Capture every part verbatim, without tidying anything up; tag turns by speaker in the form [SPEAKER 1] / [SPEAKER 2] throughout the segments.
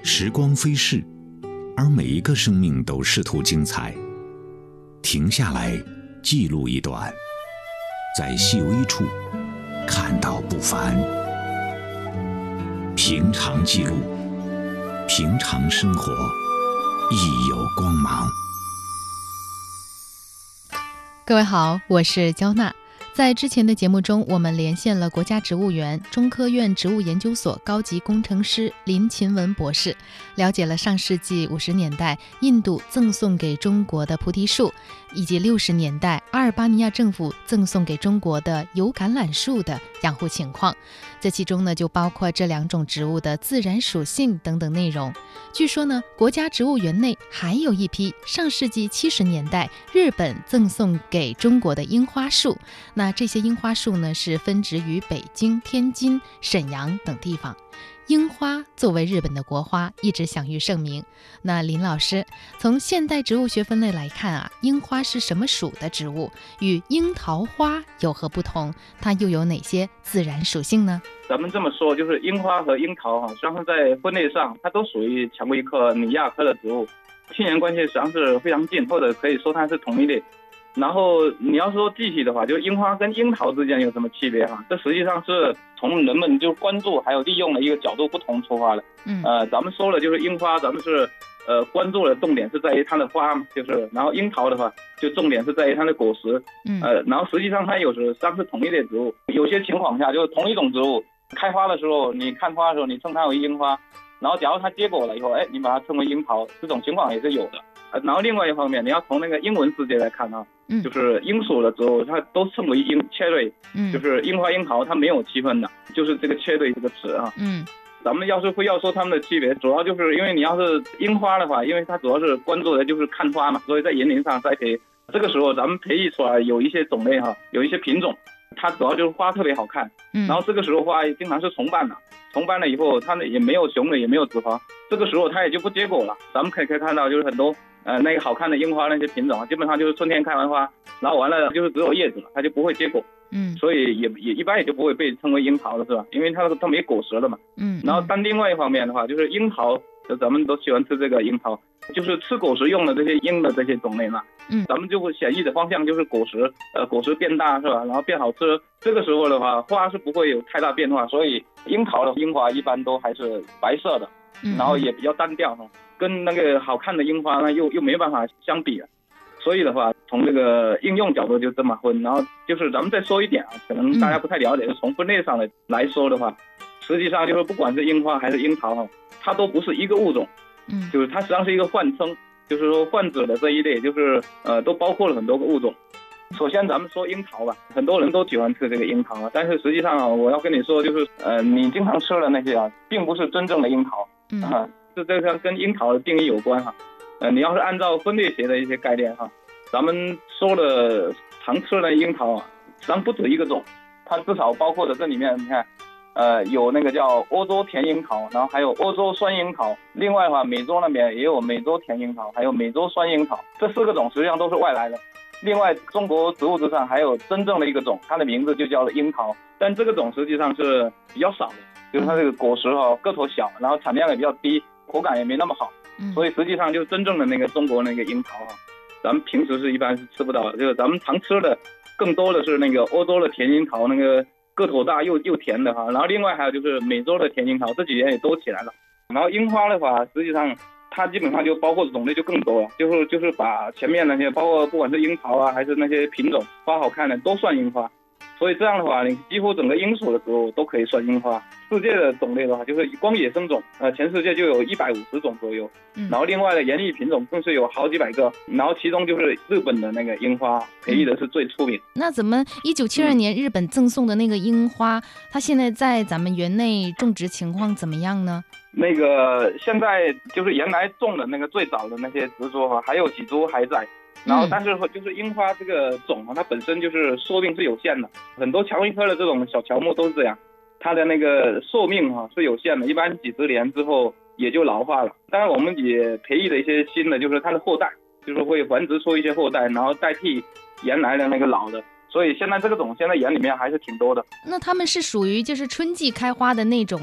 [SPEAKER 1] 时光飞逝，而每一个生命都试图精彩。停下来，记录一段，在细微处看到不凡。平常记录，平常生活，亦有光芒。
[SPEAKER 2] 各位好，我是焦娜。在之前的节目中，我们连线了国家植物园中科院植物研究所高级工程师林勤文博士，了解了上世纪五十年代印度赠送给中国的菩提树，以及六十年代阿尔巴尼亚政府赠送给中国的油橄榄树的养护情况。这其中呢，就包括这两种植物的自然属性等等内容。据说呢，国家植物园内还有一批上世纪七十年代日本赠送给中国的樱花树。那这些樱花树呢，是分植于北京、天津、沈阳等地方。樱花作为日本的国花，一直享誉盛名。那林老师，从现代植物学分类来看啊，樱花是什么属的植物？与樱桃花有何不同？它又有哪些自然属性呢？
[SPEAKER 3] 咱们这么说，就是樱花和樱桃啊，实际上在分类上，它都属于蔷薇科、拟亚科的植物，亲缘关系实际上是非常近，或者可以说它是同一类。然后你要说具体的话，就是樱花跟樱桃之间有什么区别哈？这实际上是从人们就关注还有利用的一个角度不同出发的。嗯，呃，咱们说了就是樱花，咱们是呃关注的重点是在于它的花，就是然后樱桃的话，就重点是在于它的果实。嗯，呃，然后实际上它有时实际上是同一类植物，有些情况下就是同一种植物开花的时候，你看花的时候，你称它为樱花，然后假如它结果了以后，哎，你把它称为樱桃，这种情况也是有的。然后另外一方面，你要从那个英文世界来看啊，嗯、就是樱属的植物，它都称为樱 cherry，、嗯、就是樱花、樱桃，它没有区分的，就是这个 cherry 这个词啊。嗯，咱们要是会要说它们的区别，主要就是因为你要是樱花的话，因为它主要是关注的就是看花嘛，所以在园林上栽培，这个时候咱们培育出来有一些种类哈，有一些品种，它主要就是花特别好看，嗯、然后这个时候花经常是重瓣的。重瓣了以后，它也没有雄蕊，也没有子房，这个时候它也就不结果了。咱们可以可以看到，就是很多呃那个好看的樱花那些品种，基本上就是春天开完花，然后完了就是只有叶子了，它就不会结果。嗯，所以也也一般也就不会被称为樱桃了，是吧？因为它它没果实了嘛。嗯，然后但另外一方面的话，就是樱桃，就咱们都喜欢吃这个樱桃，就是吃果实用的这些樱的这些种类嘛。嗯，咱们就显义的方向就是果实，呃，果实变大是吧？然后变好吃。这个时候的话，花是不会有太大变化，所以樱桃的樱花一般都还是白色的，然后也比较单调哈，跟那个好看的樱花呢又又没办法相比了。所以的话，从这个应用角度就这么分。然后就是咱们再说一点啊，可能大家不太了解，就从分类上来来说的话，实际上就是不管是樱花还是樱桃哈，它都不是一个物种，嗯，就是它实际上是一个泛称，就是说泛指的这一类，就是呃都包括了很多个物种。首先咱们说樱桃吧，很多人都喜欢吃这个樱桃啊，但是实际上啊，我要跟你说，就是呃，你经常吃的那些啊，并不是真正的樱桃，嗯，啊，这这个跟樱桃的定义有关哈。呃，你要是按照分类学的一些概念哈，咱们说的常吃的樱桃啊，实际上不止一个种，它至少包括的这里面，你看，呃，有那个叫欧洲甜樱桃，然后还有欧洲酸樱桃，另外的话，美洲那边也有美洲甜樱桃，还有美洲酸樱桃，这四个种实际上都是外来的。另外，中国植物之上还有真正的一个种，它的名字就叫做樱桃，但这个种实际上是比较少的，就是它这个果实哈个头小，然后产量也比较低，口感也没那么好，所以实际上就是真正的那个中国那个樱桃哈，咱们平时是一般是吃不到的，就是咱们常吃的更多的是那个欧洲的甜樱桃，那个个头大又又甜的哈，然后另外还有就是美洲的甜樱桃，这几年也多起来了。然后樱花的话，实际上它基本上就包括的种类就更多了，就是就是把前面那些包括不管是樱桃啊还是那些品种花好看的都算樱花，所以这样的话，你几乎整个樱属的植物都可以算樱花。世界的种类的话，就是光野生种，呃，全世界就有一百五十种左右，嗯，然后另外的园艺品种更是有好几百个，然后其中就是日本的那个樱花培育的是最出名。
[SPEAKER 2] 嗯、那怎么一九七二年日本赠送的那个樱花，嗯、它现在在咱们园内种植情况怎么样呢？
[SPEAKER 3] 那个现在就是原来种的那个最早的那些植株哈，还有几株还在。然后，但是就是樱花这个种它本身就是寿命是有限的，很多蔷薇科的这种小乔木都是这样，它的那个寿命哈是有限的，一般几十年之后也就老化了。当然，我们也培育的一些新的，就是它的后代，就是会繁殖出一些后代，然后代替原来的那个老的。所以现在这个种现在园里面还是挺多的。
[SPEAKER 2] 那它们是属于就是春季开花的那种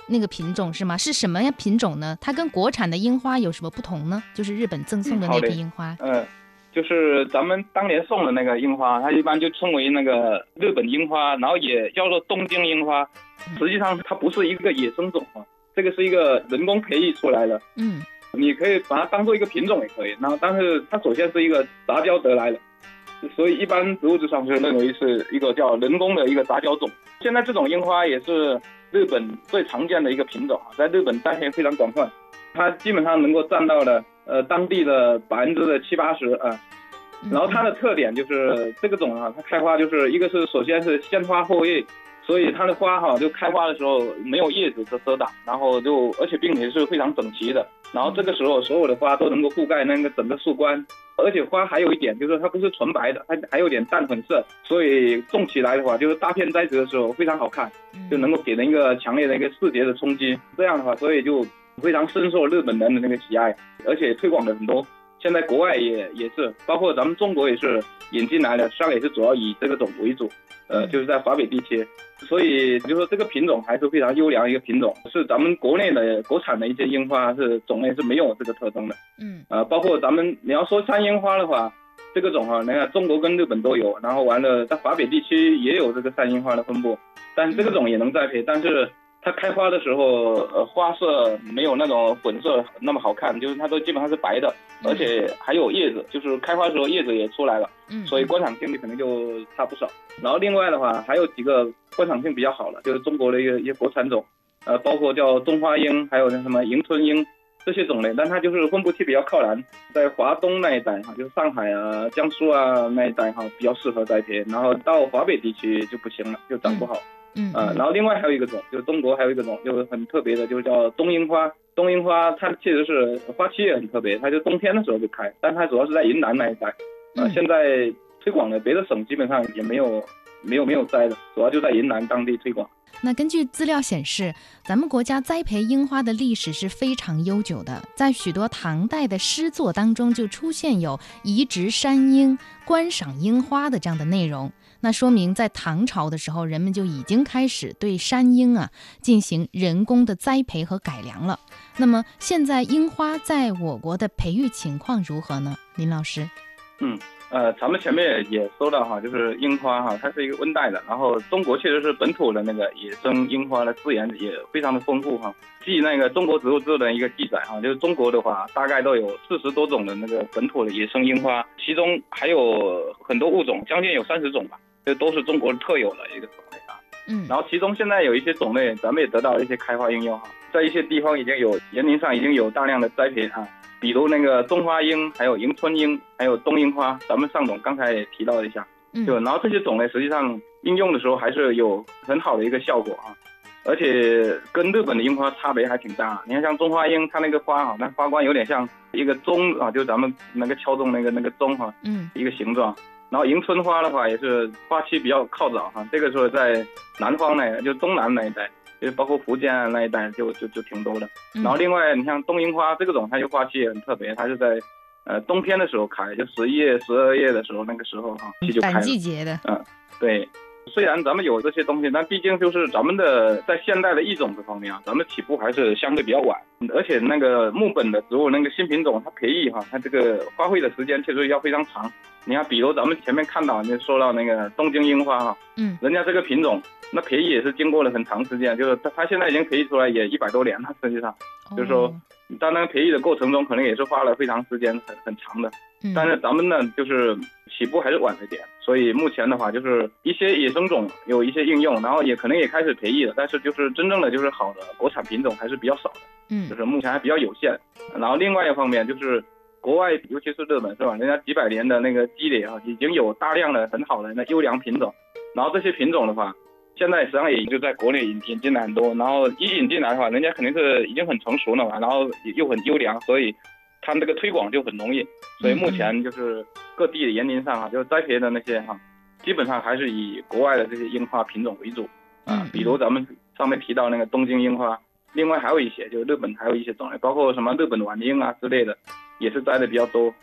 [SPEAKER 2] 那个品种是吗？是什么样品种呢？它跟国产的樱花有什么不同呢？就是日本赠送的那批樱花。
[SPEAKER 3] 嗯，呃、就是咱们当年送的那个樱花，它一般就称为那个日本樱花，然后也叫做东京樱花。实际上它不是一个野生种啊，这个是一个人工培育出来的。
[SPEAKER 2] 嗯，
[SPEAKER 3] 你可以把它当做一个品种也可以，然后但是它首先是一个杂交得来的。所以一般植物志上就认为是一个叫人工的一个杂交种。现在这种樱花也是日本最常见的一个品种，在日本栽培非常广泛，它基本上能够占到了呃当地的百分之的七八十啊。然后它的特点就是这个种啊，它开花就是一个是首先是先花后叶，所以它的花哈就开花的时候没有叶子的遮挡，然后就而且并且是非常整齐的。然后这个时候所有的花都能够覆盖那个整个树冠，而且花还有一点就是它不是纯白的，它还有点淡粉色，所以种起来的话就是大片栽植的时候非常好看，就能够给人一个强烈的一个视觉的冲击。这样的话，所以就非常深受日本人的那个喜爱，而且推广的很多。现在国外也也是，包括咱们中国也是引进来的，实际上也是主要以这个种为主，呃，就是在华北地区。所以就是说这个品种还是非常优良的一个品种，是咱们国内的国产的一些樱花是种类是没有这个特征的。
[SPEAKER 2] 嗯，
[SPEAKER 3] 呃，包括咱们你要说山樱花的话，这个种哈，你看中国跟日本都有，然后完了在华北地区也有这个山樱花的分布，但是这个种也能栽培，但是它开花的时候，呃，花色没有那种粉色那么好看，就是它都基本上是白的，而且还有叶子，就是开花的时候叶子也出来了，所以观赏性可能就差不少。然后另外的话，还有几个观赏性比较好的，就是中国的一个一些国产种，呃，包括叫中花樱，还有那什么迎春樱这些种类，但它就是分布区比较靠南，在华东那一带哈，就是上海啊、江苏啊那一带哈，比较适合栽培，然后到华北地区就不行了，就长不好。
[SPEAKER 2] 嗯，
[SPEAKER 3] 呃，然后另外还有一个种，就是中国还有一个种，就是很特别的，就是叫冬樱花。冬樱花它其实是花期也很特别，它就冬天的时候就开，但它主要是在云南那一带。呃，现在推广的别的省基本上也没有没有没有栽的，主要就在云南当地推广。
[SPEAKER 2] 那根据资料显示，咱们国家栽培樱花的历史是非常悠久的，在许多唐代的诗作当中就出现有移植山樱、观赏樱花的这样的内容。那说明在唐朝的时候，人们就已经开始对山樱啊进行人工的栽培和改良了。那么现在樱花在我国的培育情况如何呢？林老师。
[SPEAKER 3] 嗯。呃，咱们前面也说到哈，就是樱花哈，它是一个温带的，然后中国确实是本土的那个野生樱花的资源也非常的丰富哈。据那个中国植物志的一个记载哈，就是中国的话大概都有四十多种的那个本土的野生樱花，其中还有很多物种，将近有三十种吧，这都是中国特有的一个种类啊。
[SPEAKER 2] 嗯，
[SPEAKER 3] 然后其中现在有一些种类，咱们也得到了一些开花应用哈，在一些地方已经有园林上已经有大量的栽培啊。比如那个中花樱，还有迎春樱，还有冬樱花，咱们上总刚才也提到了一下，就然后这些种类实际上应用的时候还是有很好的一个效果啊，而且跟日本的樱花差别还挺大。你看像中花樱，它那个花啊，那花冠有点像一个钟啊，就咱们那个敲钟那个那个钟哈，嗯，一个形状。然后迎春花的话也是花期比较靠早哈，这个时候在南方那就东南那一带。就包括福建那一带就就就挺多的，然后另外你像冬樱花这个种，它就花期也很特别，它是在呃冬天的时候开，就十一月、十二月的时候那个时候哈，期就开了。
[SPEAKER 2] 反季节的。
[SPEAKER 3] 嗯，对。虽然咱们有这些东西，但毕竟就是咱们的在现代的异种这方面啊，咱们起步还是相对比较晚，而且那个木本的植物那个新品种，它培育哈，它这个花卉的时间确实要非常长。你看，比如咱们前面看到就说到那个东京樱花哈，嗯，人家这个品种那培育也是经过了很长时间，就是它它现在已经培育出来也一百多年了，实际上就是说。在那个培育的过程中，可能也是花了非常时间很很长的，但是咱们呢，就是起步还是晚了点，所以目前的话，就是一些野生种有一些应用，然后也可能也开始培育了，但是就是真正的就是好的国产品种还是比较少的，嗯，就是目前还比较有限。然后另外一方面就是国外，尤其是日本是吧，人家几百年的那个积累啊，已经有大量的很好的那优良品种，然后这些品种的话。现在实际上也就在国内引引进来很多，然后一引进来的话，人家肯定是已经很成熟了嘛，然后又很优良，所以它这个推广就很容易。所以目前就是各地的园林上啊，就是栽培的那些哈，基本上还是以国外的这些樱花品种为主啊。比如咱们上面提到那个东京樱花，另外还有一些就是日本还有一些种类，包括什么日本晚樱啊之类的，也是栽的比较多。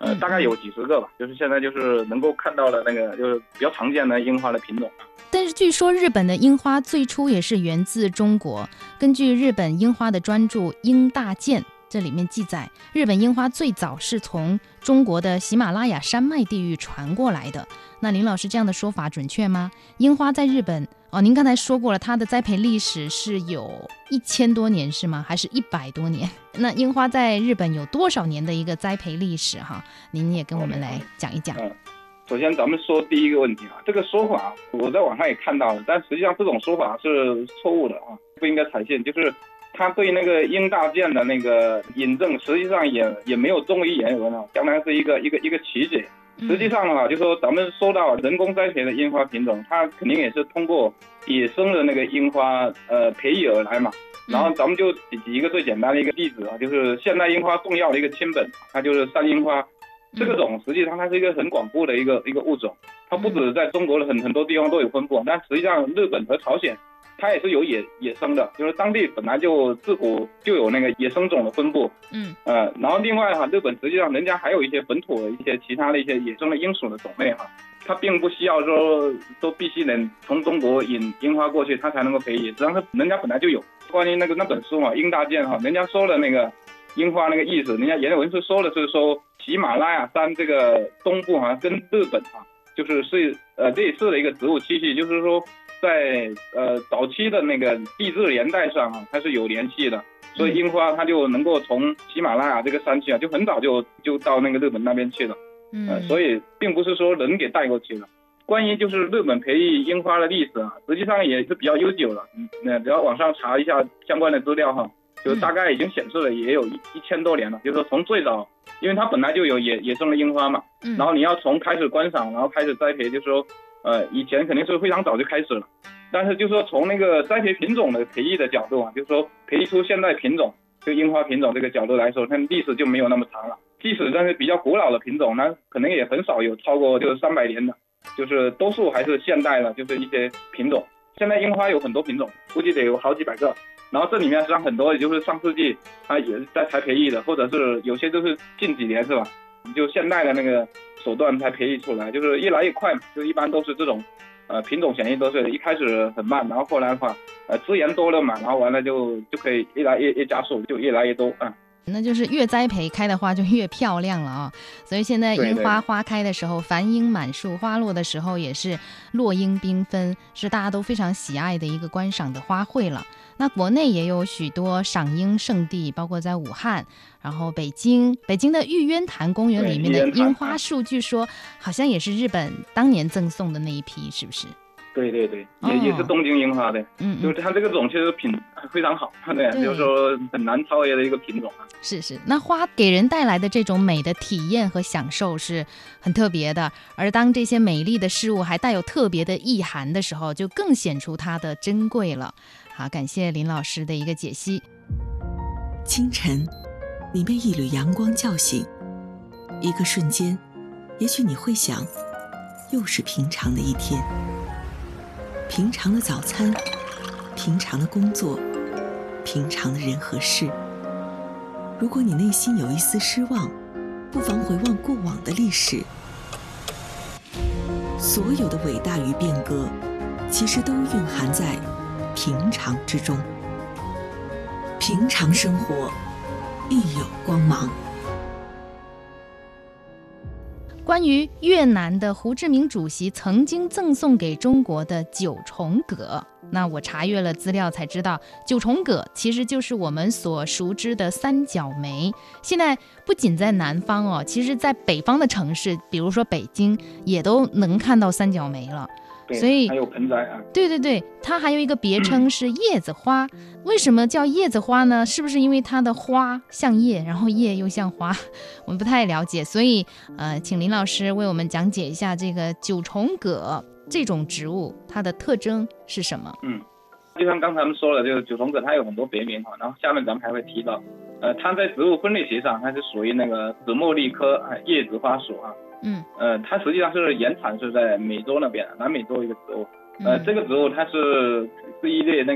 [SPEAKER 3] 呃，大概有几十个吧，就是现在就是能够看到的那个就是比较常见的樱花的品种。
[SPEAKER 2] 但是据说日本的樱花最初也是源自中国。根据日本樱花的专著《樱大剑》，这里面记载，日本樱花最早是从中国的喜马拉雅山脉地域传过来的。那林老师这样的说法准确吗？樱花在日本哦，您刚才说过了，它的栽培历史是有一千多年是吗？还是一百多年？那樱花在日本有多少年的一个栽培历史哈？您也跟我们来讲一讲。
[SPEAKER 3] 嗯，首先咱们说第一个问题啊，这个说法我在网上也看到了，但实际上这种说法是错误的啊，不应该采信。就是他对那个樱大剑的那个引证，实际上也也没有忠于原文啊，相当是一个一个一个曲解。实际上啊，就说咱们说到人工栽培的樱花品种，它肯定也是通过野生的那个樱花呃培育而来嘛。然后咱们就举一个最简单的一个例子啊，就是现代樱花重要的一个亲本，它就是山樱花。这个种实际上它是一个很广布的一个一个物种，它不止在中国的很很多地方都有分布，但实际上日本和朝鲜它也是有野野生的，就是当地本来就自古就有那个野生种的分布。
[SPEAKER 2] 嗯
[SPEAKER 3] 呃，然后另外哈，日本实际上人家还有一些本土的一些其他的一些野生的樱属的种类哈，它并不需要说都必须能从中国引樱花过去，它才能够培育，实际上是人家本来就有。关于那个那本书嘛，《樱大剑》哈，人家说的那个樱花那个意思，人家原文是说的是说喜马拉雅山这个东部哈，跟日本哈就是是呃类似的一个植物栖息，就是说在呃早期的那个地质年代上啊，它是有联系的，所以樱花它就能够从喜马拉雅这个山区啊，就很早就就到那个日本那边去了。呃，所以并不是说人给带过去的。关于就是日本培育樱花的历史啊，实际上也是比较悠久了。嗯，那只要网上查一下相关的资料哈，就大概已经显示了也有一一千多年了。就是说从最早，因为它本来就有野野生的樱花嘛，然后你要从开始观赏，然后开始栽培，就是说，呃，以前肯定是非常早就开始了。但是就是说从那个栽培品种的培育的角度啊，就是说培育出现代品种，就樱花品种这个角度来说，它历史就没有那么长了。即使但是比较古老的品种呢，可能也很少有超过就是三百年的，就是多数还是现代的，就是一些品种。现在樱花有很多品种，估计得有好几百个。然后这里面实际上很多也就是上世纪它也是在才培育的，或者是有些都是近几年是吧？就现代的那个手段才培育出来，就是越来越快嘛。就一般都是这种，呃，品种显育都是一开始很慢，然后后来的话，呃，资源多了嘛，然后完了就就可以越来越越加速，就越来越多啊。嗯，
[SPEAKER 2] 那就是越栽培开的花就越漂亮了啊！所以现在樱花花开的时候，繁樱满树，花落的时候也是落英缤纷，是大家都非常喜爱的一个观赏的花卉了。那国内也有许多赏樱圣地，包括在武汉，然后北京，北京的玉渊潭公园里面的樱花树，据说好像也是日本当年赠送的那一批，是不是？
[SPEAKER 3] 对对对，也、哦、也是东京樱花的，嗯，就是它这个种其实品非常好，对，就是说很难超越的一个品种啊。
[SPEAKER 2] 是是，那花给人带来的这种美的体验和享受是很特别的，而当这些美丽的事物还带有特别的意涵的时候，就更显出它的珍贵了。好，感谢林老师的一个解析。
[SPEAKER 4] 清晨，你被一缕阳光叫醒，一个瞬间，也许你会想，又是平常的一天。平常的早餐，平常的工作，平常的人和事。如果你内心有一丝失望，不妨回望过往的历史。所有的伟大与变革，其实都蕴含在平常之中。平常生活，亦有光芒。
[SPEAKER 2] 关于越南的胡志明主席曾经赠送给中国的九重葛，那我查阅了资料才知道，九重葛其实就是我们所熟知的三角梅。现在不仅在南方哦，其实在北方的城市，比如说北京，也都能看到三角梅了。所以
[SPEAKER 3] 还有盆栽啊，
[SPEAKER 2] 对对对，它还有一个别称是叶子花。为什么叫叶子花呢？是不是因为它的花像叶，然后叶又像花？我们不太了解，所以呃，请林老师为我们讲解一下这个九重葛这种植物它的特征是什么？
[SPEAKER 3] 嗯，就像刚才我们说了，就是九重葛它有很多别名哈，然后下面咱们还会提到，呃，它在植物分类学上它是属于那个紫茉莉科叶子花属啊。
[SPEAKER 2] 嗯，
[SPEAKER 3] 呃，它实际上是原产是在美洲那边，南美洲一个植物。呃，这个植物它是是一类那个藤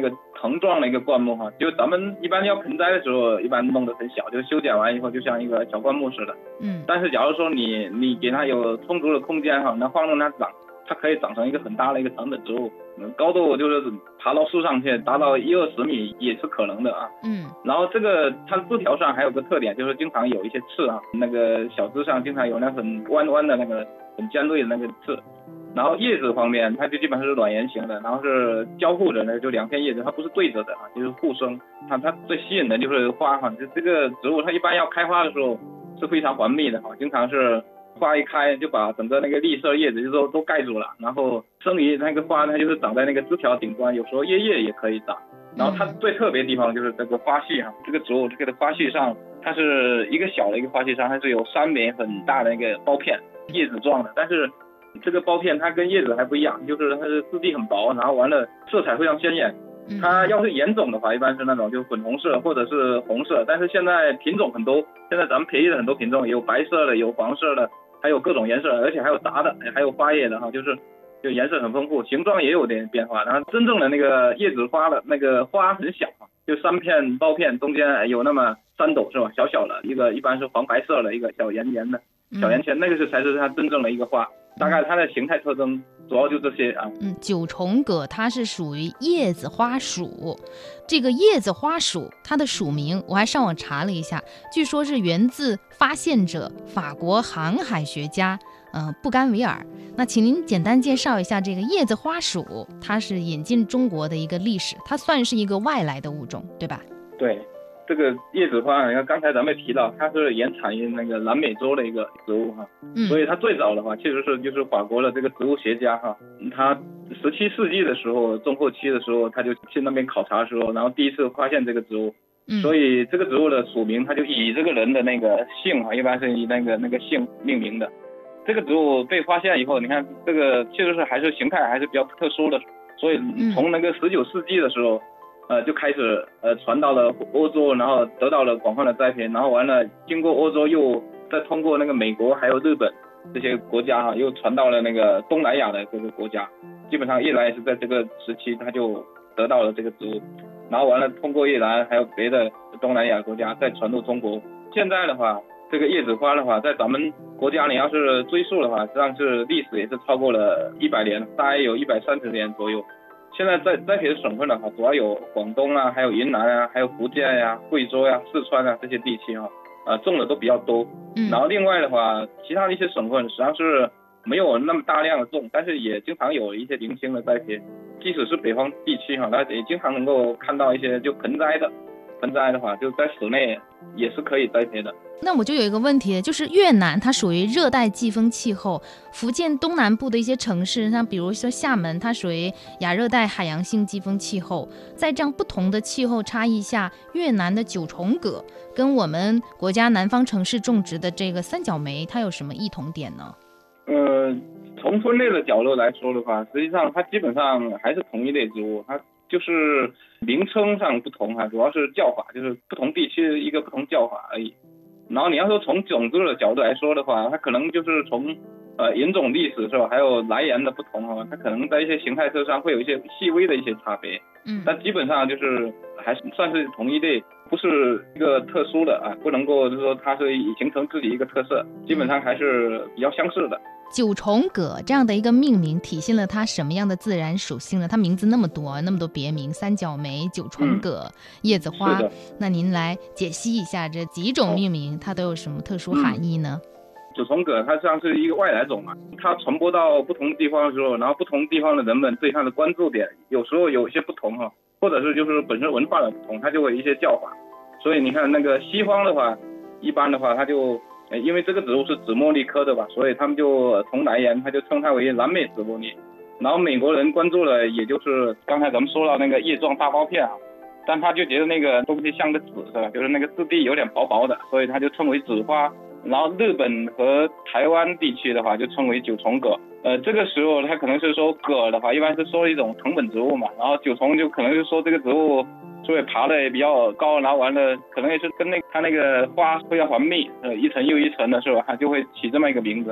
[SPEAKER 3] 藤状的一个灌木哈，就咱们一般要盆栽的时候，一般弄得很小，就修剪完以后就像一个小灌木似的。
[SPEAKER 2] 嗯，
[SPEAKER 3] 但是假如说你你给它有充足的空间哈，能放任它长，它可以长成一个很大的一个藤本植物，高度就是爬到树上去，达到一二十米也是可能的啊。
[SPEAKER 2] 嗯，
[SPEAKER 3] 然后这个它枝条上还有个特点，就是经常有一些刺啊，那个小枝上经常有那很弯弯的那个很尖锐的那个刺。然后叶子方面，它就基本上是卵圆形的，然后是交互着的，就两片叶子，它不是对着的啊，就是互生。它它最吸引的就是花哈，就这个植物它一般要开花的时候是非常环密的哈，经常是花一开就把整个那个绿色叶子就都都盖住了，然后剩余那个花它就是长在那个枝条顶端，有时候叶叶也可以长。然后它最特别的地方就是这个花序哈，这个植物这个的花序上，它是一个小的一个花序上，它是有三枚很大的那个苞片，叶子状的，但是这个苞片它跟叶子还不一样，就是它是质地很薄，然后完了色彩非常鲜艳。它要是野种的话，一般是那种就粉红色或者是红色，但是现在品种很多，现在咱们培育的很多品种有白色的，有黄色的，还有各种颜色，而且还有杂的，还有花叶的哈，就是就颜色很丰富，形状也有点变化。然后真正的那个叶子花的那个花很小，就三片苞片中间有那么三朵是吧？小小的一个，一般是黄白色的一个小圆圆的小圆圈，那个是才是它真正的一个花。大概它的形态特征主要就这些啊。
[SPEAKER 2] 嗯，九重葛它是属于叶子花属，这个叶子花属它的属名我还上网查了一下，据说是源自发现者法国航海学家呃布甘维尔。那请您简单介绍一下这个叶子花属，它是引进中国的一个历史，它算是一个外来的物种，对吧？
[SPEAKER 3] 对。这个叶子花，你看刚才咱们也提到，它是原产于那个南美洲的一个植物哈，嗯、所以它最早的话，其实是就是法国的这个植物学家哈，他十七世纪的时候，中后期的时候，他就去那边考察的时候，然后第一次发现这个植物，嗯、所以这个植物的属名，它就以这个人的那个姓哈，一般是以那个那个姓命名的。这个植物被发现以后，你看这个确实是还是形态还是比较特殊的，所以从那个十九世纪的时候。呃，就开始呃传到了欧洲，然后得到了广泛的栽培，然后完了经过欧洲又再通过那个美国还有日本这些国家哈、啊，又传到了那个东南亚的这个国家，基本上越南也是在这个时期它就得到了这个植物，然后完了通过越南还有别的东南亚国家再传入中国。现在的话，这个叶子花的话，在咱们国家你要是追溯的话，实际上是历史也是超过了一百年，大概有一百三十年左右。现在在栽培的省份呢，主要有广东啊，还有云南啊，还有福建呀、啊、贵州呀、啊、四川啊这些地区哈、啊，呃种的都比较多。嗯。然后另外的话，其他的一些省份实际上是没有那么大量的种，但是也经常有一些零星的栽培。即使是北方地区哈、啊，它也经常能够看到一些就盆栽的，盆栽的话就在室内也是可以栽培的。
[SPEAKER 2] 那我就有一个问题，就是越南它属于热带季风气候，福建东南部的一些城市，像比如说厦门，它属于亚热带海洋性季风气候。在这样不同的气候差异下，越南的九重葛跟我们国家南方城市种植的这个三角梅，它有什么异同点呢？
[SPEAKER 3] 呃，从分类的角度来说的话，实际上它基本上还是同一类植物，它就是名称上不同哈，主要是叫法，就是不同地区一个不同叫法而已。然后你要说从种子的角度来说的话，它可能就是从呃引种历史是吧，还有来源的不同哈，它可能在一些形态特上会有一些细微的一些差别。嗯，但基本上就是还是算是同一类，不是一个特殊的啊，不能够就是说它是形成自己一个特色，基本上还是比较相似的。
[SPEAKER 2] 九重葛这样的一个命名体现了它什么样的自然属性呢？它名字那么多，那么多别名，三角梅、九重葛、嗯、叶子花，那您来解析一下这几种命名、哦、它都有什么特殊含义呢？
[SPEAKER 3] 嗯、九重葛它实际上是一个外来种嘛，它传播到不同地方的时候，然后不同地方的人们对它的关注点有时候有一些不同哈，或者是就是本身文化的不同，它就会有一些叫法。所以你看那个西方的话，一般的话它就因为这个植物是紫茉莉科的吧，所以他们就从来源他就称它为蓝莓紫茉莉。然后美国人关注了，也就是刚才咱们说到那个叶状大苞片啊，但他就觉得那个东西像个籽是吧，就是那个质地有点薄薄的，所以他就称为籽花。然后日本和台湾地区的话就称为九重葛。呃，这个时候他可能是说葛的话，一般是说一种藤本植物嘛，然后九重就可能是说这个植物所以爬的也比较高，然后完了可能也是跟那它那个花非常环密，呃，一层又一层的是吧，它就会起这么一个名字。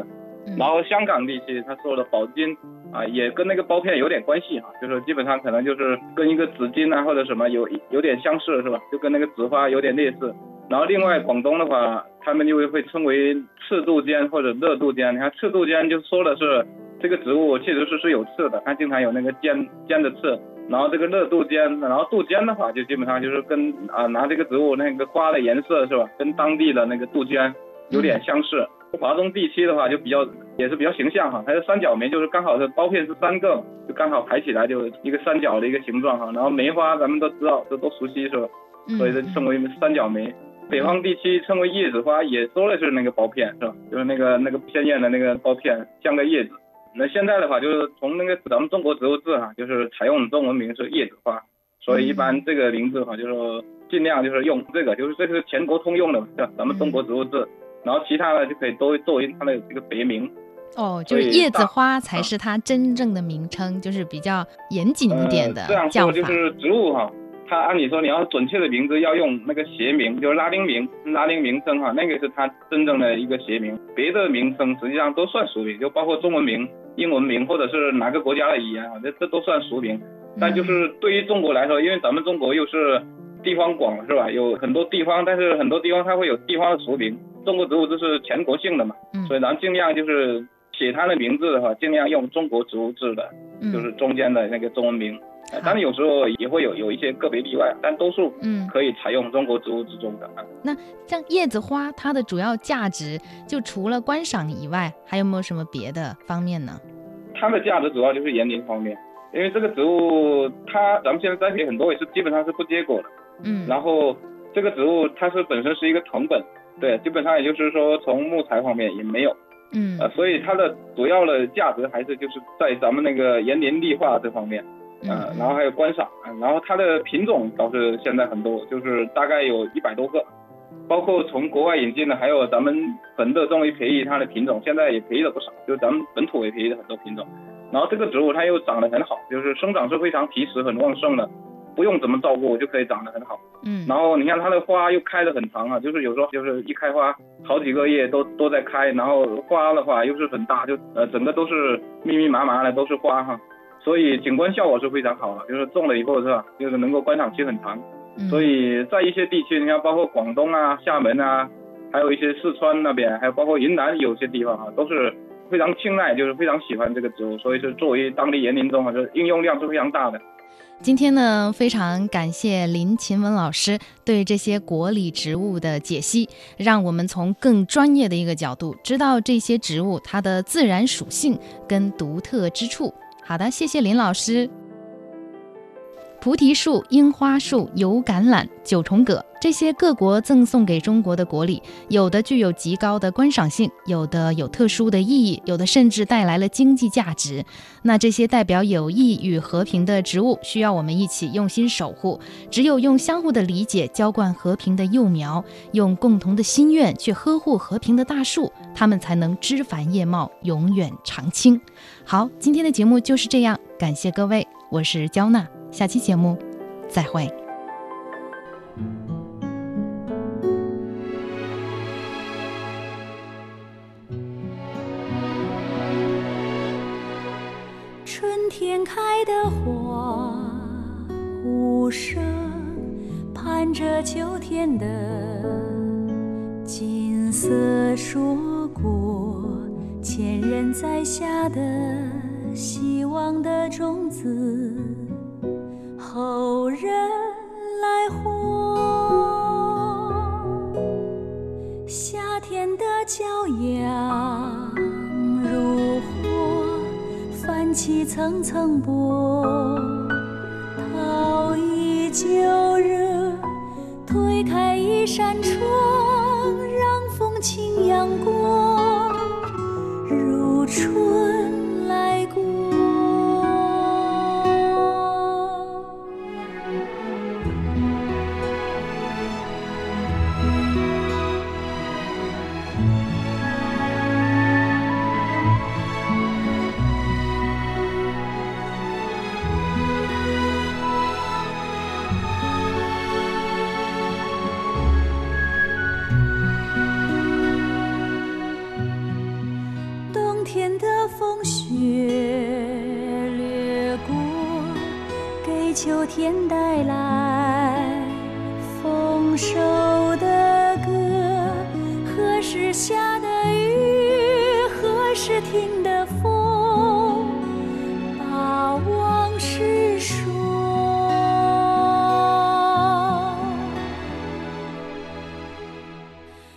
[SPEAKER 2] 嗯、
[SPEAKER 3] 然后香港地区他说的宝金啊，也跟那个包片有点关系哈、啊，就是基本上可能就是跟一个紫金啊或者什么有有点相似是吧？就跟那个紫花有点类似。然后另外广东的话，他们就会称为赤杜鹃或者热杜鹃。你看赤杜鹃就说的是这个植物确实是是有刺的，它经常有那个尖尖的刺。然后这个热杜鹃，然后杜鹃的话就基本上就是跟啊拿这个植物那个花的颜色是吧，跟当地的那个杜鹃有点相似。华东地区的话就比较也是比较形象哈，它的三角梅就是刚好是苞片是三个，就刚好排起来就一个三角的一个形状哈。然后梅花咱们都知道，这都熟悉是吧？所以这称为三角梅。北方地区称为叶子花，也说的是那个苞片是吧？就是那个那个鲜艳的那个苞片像个叶子。那现在的话就是从那个咱们中国植物志哈，就是采用中文名是叶子花，所以一般这个名字哈就是尽量就是用这个，就是这是全国通用的，像咱们中国植物志。然后其他的就可以都作为它的这个别名。
[SPEAKER 2] 哦，就是叶子花才是它真正的名称，嗯、就是比较严谨一点的叫法。
[SPEAKER 3] 呃、这样说就是植物哈，它按理说你要准确的名字要用那个学名，就是拉丁名、拉丁名称哈，那个是它真正的一个学名。别的名称实际上都算俗名，就包括中文名、英文名或者是哪个国家的语言啊，这这都算俗名。但就是对于中国来说，因为咱们中国又是地方广是吧？有很多地方，但是很多地方它会有地方的俗名。中国植物志是全国性的嘛，嗯、所以咱们尽量就是写它的名字的话，尽量用中国植物志的，嗯、就是中间的那个中文名。嗯、当然有时候也会有有一些个别例外，但多数可以采用中国植物志中的。嗯、
[SPEAKER 2] 那像叶子花，它的主要价值就除了观赏以外，还有没有什么别的方面呢？
[SPEAKER 3] 它的价值主要就是园林方面，因为这个植物它咱们现在栽培很多也是基本上是不结果的，嗯，然后这个植物它是本身是一个藤本。对，基本上也就是说从木材方面也没有，嗯，呃，所以它的主要的价值还是就是在咱们那个园林绿化这方面，呃，嗯、然后还有观赏，然后它的品种倒是现在很多，就是大概有一百多个，包括从国外引进的，还有咱们很热衷于培育它的品种，现在也培育了不少，就是咱们本土也培育了很多品种。然后这个植物它又长得很好，就是生长是非常皮实很旺盛的。不用怎么照顾就可以长得很好，嗯，然后你看它的花又开得很长啊，就是有时候就是一开花好几个月都都在开，然后花的话又是很大，就呃整个都是密密麻麻的都是花哈，所以景观效果是非常好的，就是种了以后是吧，就是能够观赏期很长，嗯、所以在一些地区你看包括广东啊、厦门啊，还有一些四川那边，还有包括云南有些地方啊，都是非常青睐，就是非常喜欢这个植物，所以是作为当地园林中啊，就是应用量是非常大的。
[SPEAKER 2] 今天呢，非常感谢林琴文老师对这些国礼植物的解析，让我们从更专业的一个角度知道这些植物它的自然属性跟独特之处。好的，谢谢林老师。菩提树、樱花树、油橄榄、九重葛，这些各国赠送给中国的国礼，有的具有极高的观赏性，有的有特殊的意义，有的甚至带来了经济价值。那这些代表友谊与和平的植物，需要我们一起用心守护。只有用相互的理解浇灌和平的幼苗，用共同的心愿去呵护和平的大树，它们才能枝繁叶茂，永远常青。好，今天的节目就是这样，感谢各位，我是焦娜。下期节目再会。
[SPEAKER 5] 春天开的花无声，盼着秋天的金色硕果，千人栽下的希望的种子，后人来获。夏天的骄阳如火，泛起层层波，陶艺旧热，推开一扇窗，让风轻扬过，如春来过。冬天带来丰收。